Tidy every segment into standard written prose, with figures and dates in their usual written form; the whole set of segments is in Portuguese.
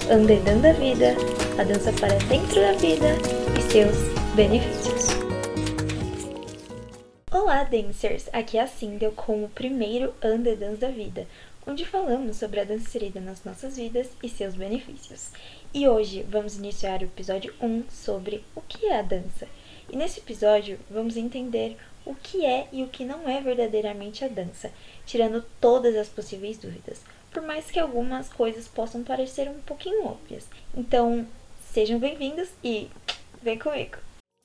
Andedando a Vida, a dança para dentro da vida e seus benefícios. Olá, dancers! Aqui é a Cindel com o primeiro Andedando da Vida, onde falamos sobre a dança inserida nas nossas vidas e seus benefícios. E hoje vamos iniciar o episódio 1 sobre o que é a dança. E nesse episódio vamos entender o que é e o que não é verdadeiramente a dança, tirando todas as possíveis dúvidas, por mais que algumas coisas possam parecer um pouquinho óbvias. Então, sejam bem-vindos e vem comigo!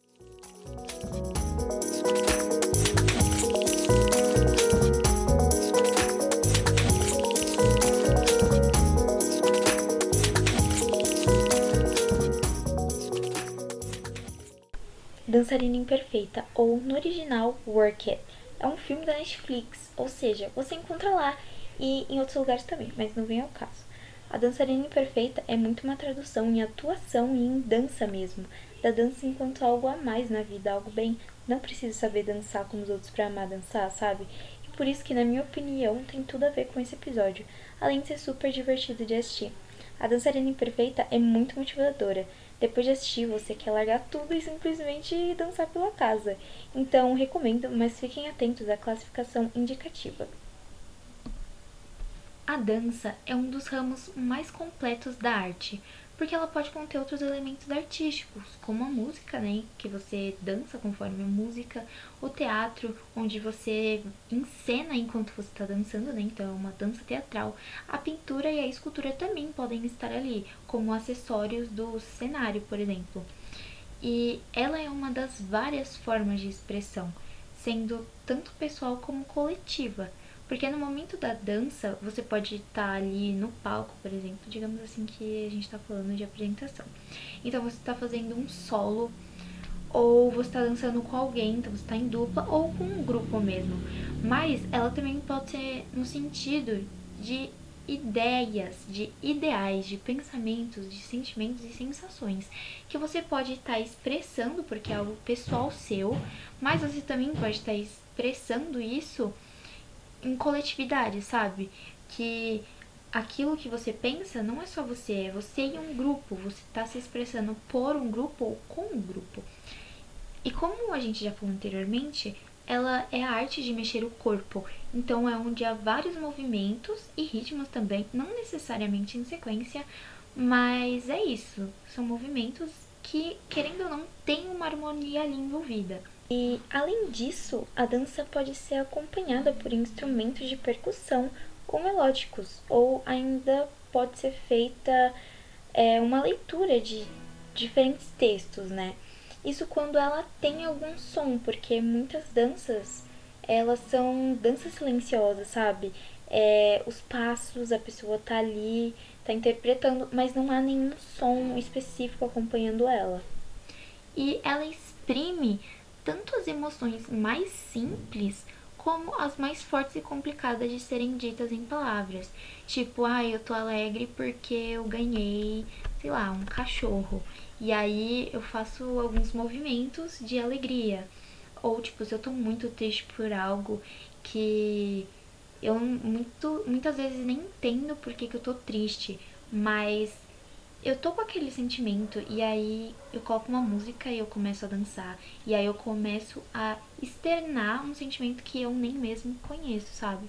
Dançarina Imperfeita, ou no original Work It, é um filme da Netflix, ou seja, você encontra lá e em outros lugares também, mas não vem ao caso. A Dançarina Imperfeita é muito uma tradução em atuação e em dança mesmo, da dança enquanto algo a mais na vida, algo bem, não preciso saber dançar como os outros pra amar dançar, sabe? E por isso que, na minha opinião, tem tudo a ver com esse episódio, além de ser super divertido de assistir. A Dançarina Imperfeita é muito motivadora. Depois de assistir, você quer largar tudo e simplesmente dançar pela casa. Então, recomendo, mas fiquem atentos à classificação indicativa. A dança é um dos ramos mais completos da arte, porque ela pode conter outros elementos artísticos, como a música, né, que você dança conforme a música, o teatro, onde você encena enquanto você está dançando, né, então é uma dança teatral. A pintura e a escultura também podem estar ali, como acessórios do cenário, por exemplo. E ela é uma das várias formas de expressão, sendo tanto pessoal como coletiva. Porque no momento da dança, você pode estar ali no palco, por exemplo, digamos assim que a gente está falando de apresentação. Então você está fazendo um solo, ou você está dançando com alguém, então você está em dupla, ou com um grupo mesmo. Mas ela também pode ser no sentido de ideias, de ideais, de pensamentos, de sentimentos e sensações que você pode estar expressando, porque é algo pessoal seu, mas você também pode estar expressando isso em coletividade, sabe? Que aquilo que você pensa não é só você, é você e um grupo. Você está se expressando por um grupo ou com um grupo. E como a gente já falou anteriormente, ela é a arte de mexer o corpo. Então é onde há vários movimentos e ritmos também, não necessariamente em sequência, mas é isso. São movimentos que, querendo ou não, tem uma harmonia ali envolvida. E, além disso, a dança pode ser acompanhada por instrumentos de percussão ou melódicos, ou ainda pode ser feita uma leitura de diferentes textos, né? Isso quando ela tem algum som, porque muitas danças, elas são danças silenciosas, sabe? Os passos, a pessoa tá ali, tá interpretando, mas não há nenhum som específico acompanhando ela. E ela exprime tanto as emoções mais simples como as mais fortes e complicadas de serem ditas em palavras. Tipo, eu tô alegre porque eu ganhei, sei lá, um cachorro. E aí eu faço alguns movimentos de alegria. Ou, tipo, se eu tô muito triste por algo que eu muitas vezes nem entendo por que eu tô triste, mas eu tô com aquele sentimento e aí eu coloco uma música e eu começo a dançar. E aí eu começo a externar um sentimento que eu nem mesmo conheço, sabe?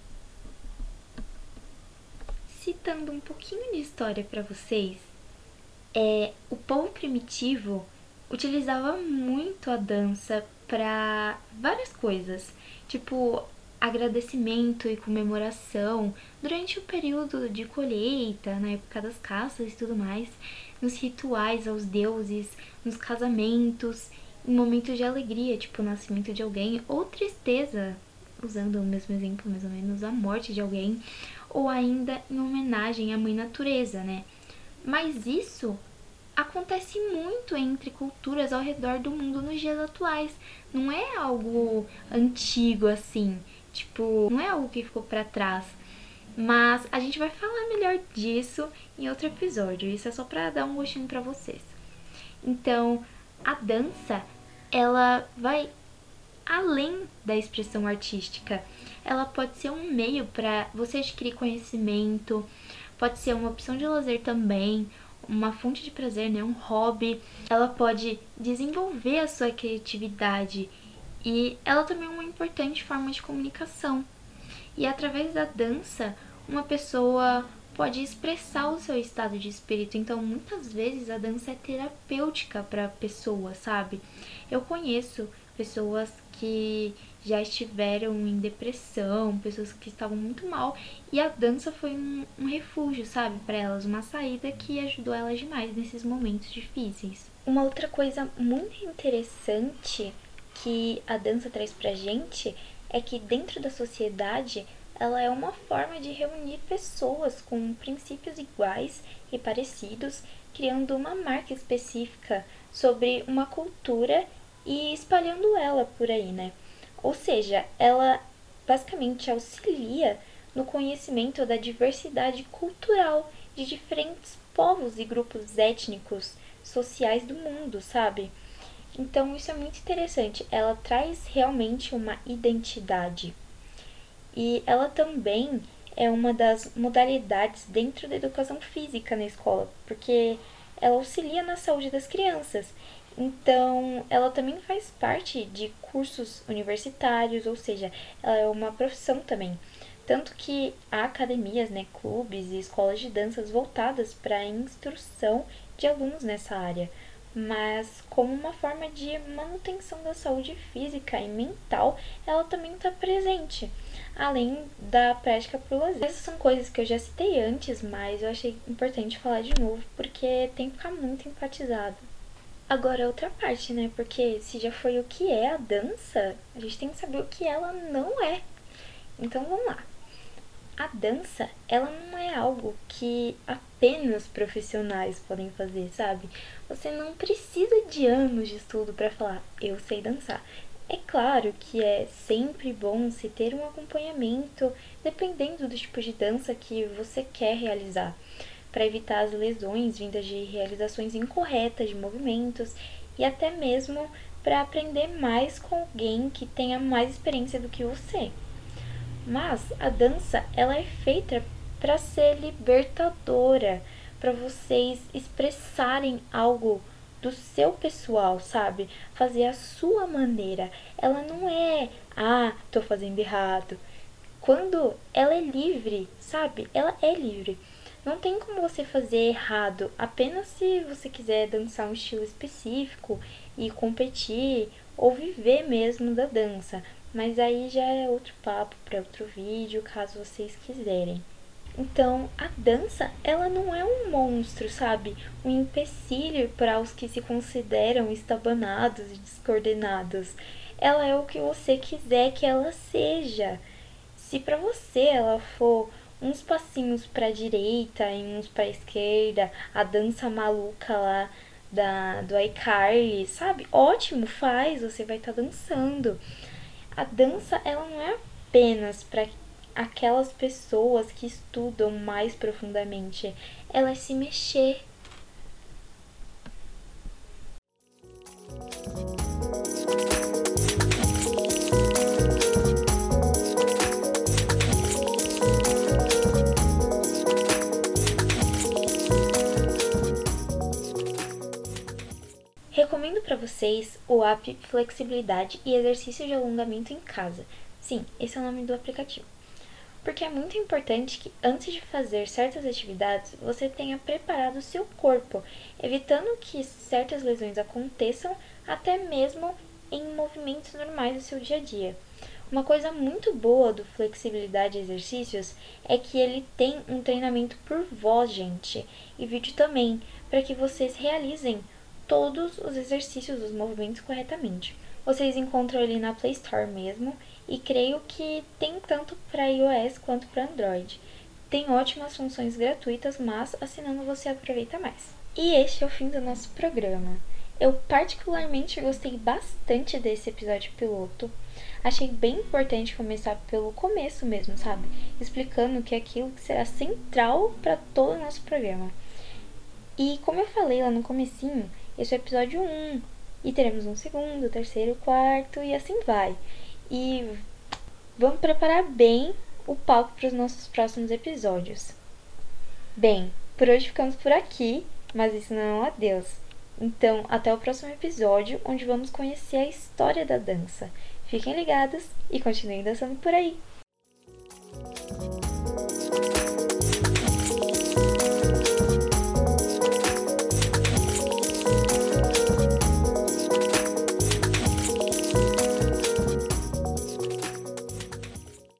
Citando um pouquinho de história pra vocês, o povo primitivo utilizava muito a dança para várias coisas, tipo agradecimento e comemoração durante o período de colheita, na época das caças e tudo mais, nos rituais aos deuses, nos casamentos, em momentos de alegria, tipo o nascimento de alguém, ou tristeza, usando o mesmo exemplo mais ou menos, a morte de alguém, ou ainda em homenagem à mãe natureza, né? Mas isso acontece muito entre culturas ao redor do mundo nos dias atuais. Não é algo antigo assim, tipo, não é algo que ficou pra trás. Mas a gente vai falar melhor disso em outro episódio. Isso é só pra dar um gostinho pra vocês. Então, a dança, ela vai além da expressão artística. Ela pode ser um meio para você adquirir conhecimento, pode ser uma opção de lazer também, uma fonte de prazer, né? Um hobby. Ela pode desenvolver a sua criatividade e ela também é uma importante forma de comunicação. E através da dança, uma pessoa pode expressar o seu estado de espírito. Então, muitas vezes a dança é terapêutica para a pessoa, sabe? Eu conheço pessoas que já estiveram em depressão, pessoas que estavam muito mal, e a dança foi um refúgio, sabe, para elas, uma saída que ajudou elas demais nesses momentos difíceis. Uma outra coisa muito interessante que a dança traz pra gente é que dentro da sociedade ela é uma forma de reunir pessoas com princípios iguais e parecidos, criando uma marca específica sobre uma cultura e espalhando ela por aí, né? Ou seja, ela basicamente auxilia no conhecimento da diversidade cultural de diferentes povos e grupos étnicos, sociais do mundo, sabe? Então isso é muito interessante, ela traz realmente uma identidade. E ela também é uma das modalidades dentro da educação física na escola, porque ela auxilia na saúde das crianças. Então, ela também faz parte de cursos universitários, ou seja, ela é uma profissão também. Tanto que há academias, né, clubes e escolas de danças voltadas para a instrução de alunos nessa área, mas como uma forma de manutenção da saúde física e mental, ela também está presente, além da prática por lazer. Essas são coisas que eu já citei antes, mas eu achei importante falar de novo, porque tem que ficar muito enfatizado. Agora, outra parte, né? Porque se já foi o que é a dança, a gente tem que saber o que ela não é. Então, vamos lá. A dança, ela não é algo que apenas profissionais podem fazer, sabe? Você não precisa de anos de estudo para falar, eu sei dançar. É claro que é sempre bom se ter um acompanhamento, dependendo do tipo de dança que você quer realizar, para evitar as lesões vindas de realizações incorretas de movimentos e até mesmo para aprender mais com alguém que tenha mais experiência do que você. Mas a dança, ela é feita para ser libertadora, para vocês expressarem algo do seu pessoal, sabe? Fazer a sua maneira. Ela não é, tô fazendo errado. Quando ela é livre, sabe? Ela é livre. Não tem como você fazer errado, apenas se você quiser dançar um estilo específico e competir ou viver mesmo da dança. Mas aí já é outro papo para outro vídeo, caso vocês quiserem. Então, a dança, ela não é um monstro, sabe? Um empecilho para os que se consideram estabanados e descoordenados. Ela é o que você quiser que ela seja. Se para você ela for uns passinhos para a direita e uns para a esquerda, a dança maluca lá do iCarly, sabe? Ótimo, faz, você vai estar dançando. A dança, ela não é apenas para aquelas pessoas que estudam mais profundamente, ela é se mexer. Recomendo para vocês o app Flexibilidade e Exercício de Alongamento em Casa. Sim, esse é o nome do aplicativo. Porque é muito importante que antes de fazer certas atividades, você tenha preparado o seu corpo, evitando que certas lesões aconteçam até mesmo em movimentos normais do seu dia a dia. Uma coisa muito boa do Flexibilidade e Exercícios é que ele tem um treinamento por voz, gente, e vídeo também, para que vocês realizem todos os exercícios dos movimentos corretamente. Vocês encontram ele na Play Store mesmo, e creio que tem tanto para iOS quanto para Android. Tem ótimas funções gratuitas, mas assinando você aproveita mais. E este é o fim do nosso programa. Eu particularmente gostei bastante desse episódio piloto. Achei bem importante começar pelo começo mesmo, sabe? Explicando que é aquilo que será central para todo o nosso programa. E como eu falei lá no comecinho, esse é o episódio 1, e teremos um segundo, terceiro, quarto, e assim vai. E vamos preparar bem o palco para os nossos próximos episódios. Bem, por hoje ficamos por aqui, mas isso não é um adeus. Então, até o próximo episódio, onde vamos conhecer a história da dança. Fiquem ligados e continuem dançando por aí!